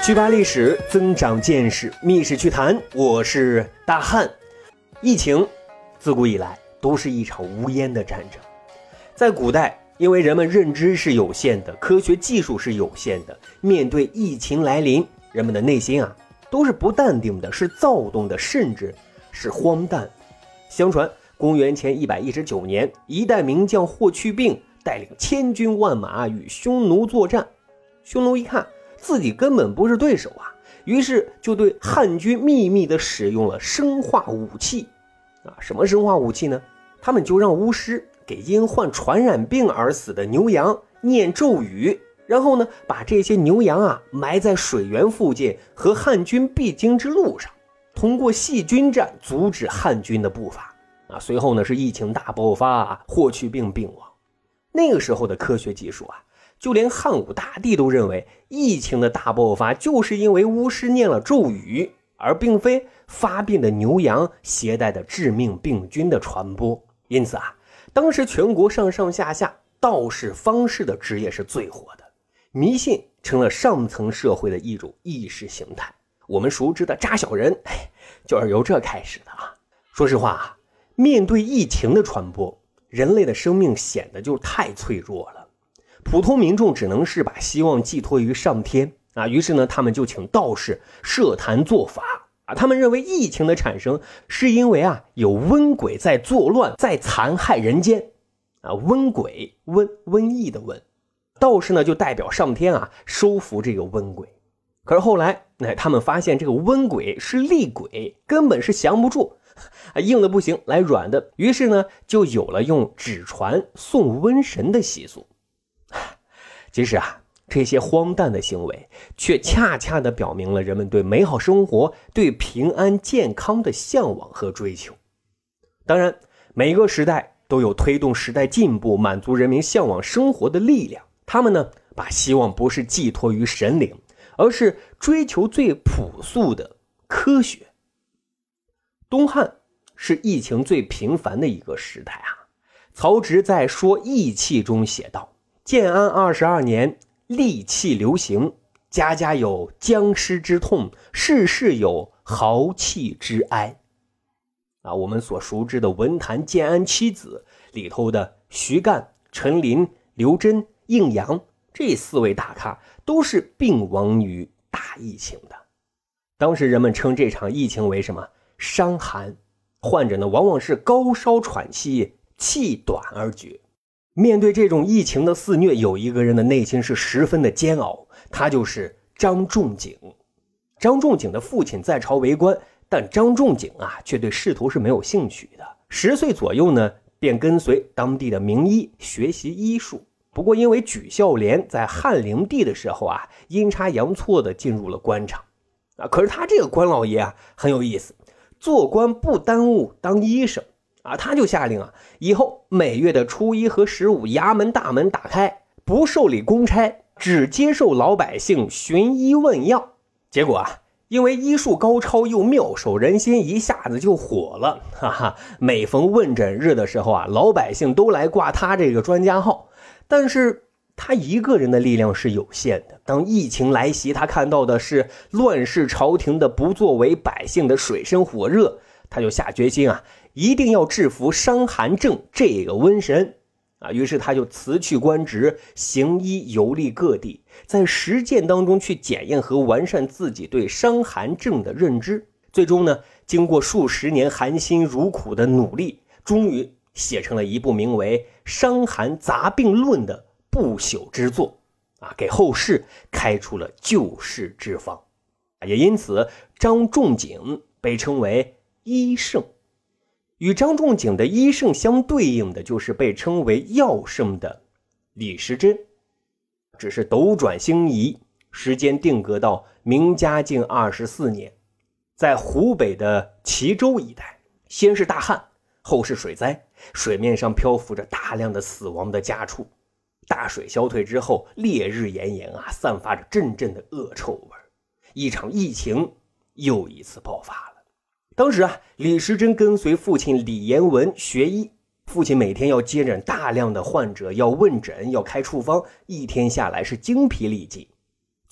去扒历史，增长见识，密史趣谈，我是大汉。疫情自古以来都是一场无烟的战争。在古代，因为人们认知是有限的，科学技术是有限的，面对疫情来临，人们的内心都是不淡定的，是躁动的，甚至是荒诞。相传公元前119年，一代名将霍去病带领千军万马与匈奴作战，匈奴一看自己根本不是对手于是就对汉军秘密地使用了生化武器什么生化武器呢？他们就让巫师给因患传染病而死的牛羊念咒语，然后呢把这些牛羊埋在水源附近和汉军必经之路上，通过细菌战阻止汉军的步伐随后呢是疫情大爆发，霍去病病亡。那个时候的科学技术就连汉武大帝都认为疫情的大爆发就是因为巫师念了咒语，而并非发病的牛羊携带的致命病菌的传播。因此当时全国上上下下道士方士的职业是最火的，迷信成了上层社会的一种意识形态。我们熟知的扎小人就是由这开始的说实话面对疫情的传播，人类的生命显得就太脆弱了。普通民众只能是把希望寄托于上天于是呢他们就请道士设坛做法他们认为疫情的产生是因为有瘟鬼在作乱，在残害人间瘟鬼，瘟疫的瘟，道士呢就代表上天收服这个瘟鬼。可是后来他们发现这个瘟鬼是厉鬼，根本是降不住硬的不行，来软的，于是呢就有了用纸船送瘟神的习俗。其实这些荒诞的行为却恰恰地表明了人们对美好生活、对平安健康的向往和追求。当然每个时代都有推动时代进步、满足人民向往生活的力量，他们呢把希望不是寄托于神灵，而是追求最朴素的科学。东汉是疫情最频繁的一个时代曹植在《说疫气》中写道：建安22年，戾气流行，家家有僵尸之痛，事事有豪气之哀。我们所熟知的文坛建安七子里头的徐干、陈琳、刘桢、应阳，这4位大咖都是病亡于大疫情的。当时人们称这场疫情为什么？伤寒。患者呢往往是高烧喘气，气短而绝。面对这种疫情的肆虐，有一个人的内心是十分的煎熬，他就是张仲景。张仲景的父亲在朝为官，但张仲景却对仕途是没有兴趣的。10岁左右呢，便跟随当地的名医学习医术。不过因为举孝廉在汉灵帝的时候阴差阳错的进入了官场可是他这个官老爷很有意思，做官不耽误当医生他就下令以后每月的初1和15，衙门大门打开，不受理公差，只接受老百姓寻医问药。结果因为医术高超又妙手仁心，一下子就火了每逢问诊日的时候老百姓都来挂他这个专家号。但是他一个人的力量是有限的，当疫情来袭，他看到的是乱世朝廷的不作为，百姓的水深火热，他就下决心一定要制服伤寒症这个瘟神于是他就辞去官职，行医游历各地，在实践当中去检验和完善自己对伤寒症的认知。最终呢，经过数十年含辛茹苦的努力，终于写成了一部名为《伤寒杂病论》的不朽之作给后世开出了救世之方。也因此张仲景被称为医圣。与张仲景的医圣相对应的就是被称为药圣的李时珍，只是斗转星移，时间定格到明嘉靖24年，在湖北的蕲州一带，先是大旱，后是水灾，水面上漂浮着大量的死亡的家畜。大水消退之后，烈日炎炎散发着阵阵的恶臭味，一场疫情又一次爆发了。当时李时珍跟随父亲李延文学医，父亲每天要接诊大量的患者，要问诊，要开处方，一天下来是精疲力尽。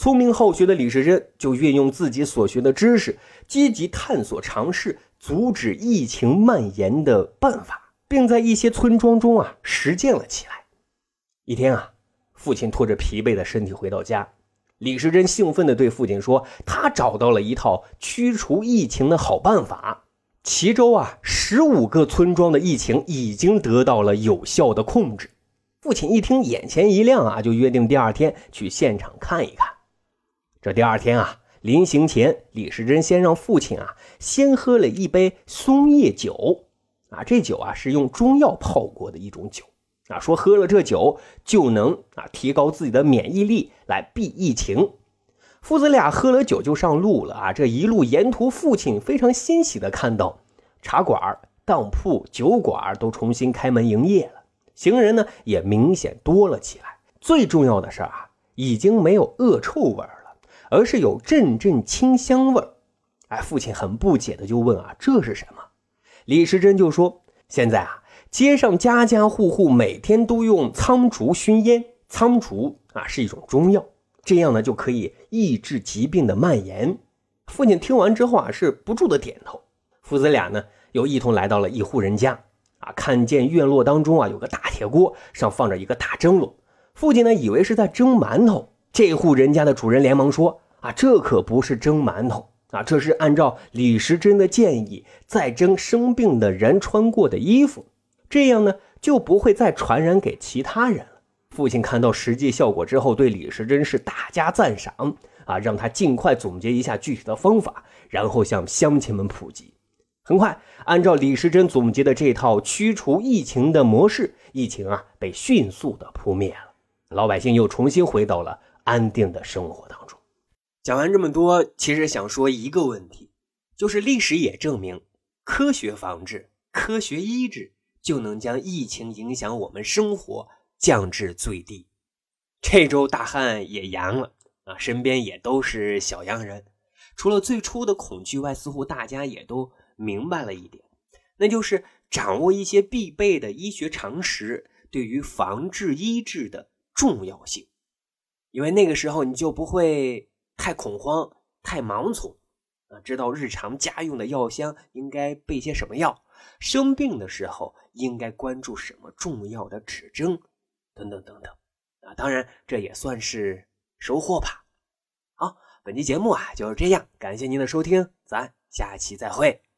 聪明好学的李时珍就运用自己所学的知识，积极探索尝试阻止疫情蔓延的办法，并在一些村庄中实践了起来。一天父亲拖着疲惫的身体回到家，李时珍兴奋地对父亲说，他找到了一套驱除疫情的好办法。齐州15个村庄的疫情已经得到了有效的控制。父亲一听眼前一亮就约定第二天去现场看一看。这第二天临行前，李时珍先让父亲先喝了一杯松叶酒这酒是用中药泡过的一种酒说喝了这酒就能提高自己的免疫力来避疫情。父子俩喝了酒就上路了这一路沿途，父亲非常欣喜地看到茶馆、当铺、酒馆都重新开门营业了，行人呢也明显多了起来。最重要的是已经没有恶臭味了，而是有阵阵清香味。父亲很不解的就问这是什么？李时珍就说，现在街上家家户户每天都用苍竹熏烟，苍竹是一种中药，这样呢就可以抑制疾病的蔓延。父亲听完之后是不住的点头。父子俩呢又一同来到了一户人家看见院落当中有个大铁锅，上放着一个大蒸笼。父亲呢以为是在蒸馒头，这户人家的主人连忙说这可不是蒸馒头这是按照李时珍的建议在蒸生病的人穿过的衣服，这样呢就不会再传染给其他人了。父亲看到实际效果之后，对李时珍是大加赞赏让他尽快总结一下具体的方法，然后向乡亲们普及。很快，按照李时珍总结的这套驱除疫情的模式，疫情被迅速的扑灭了，老百姓又重新回到了安定的生活当中。讲完这么多，其实想说一个问题，就是历史也证明，科学防治、科学医治就能将疫情影响我们生活降至最低。这周大汉也阳了身边也都是小阳人，除了最初的恐惧外，似乎大家也都明白了一点，那就是掌握一些必备的医学常识对于防治医治的重要性。因为那个时候你就不会太恐慌、太盲从知道日常家用的药箱应该备些什么药，生病的时候应该关注什么重要的指征等等等等当然这也算是收获吧。好，本期节目就是这样，感谢您的收听，咱下期再会。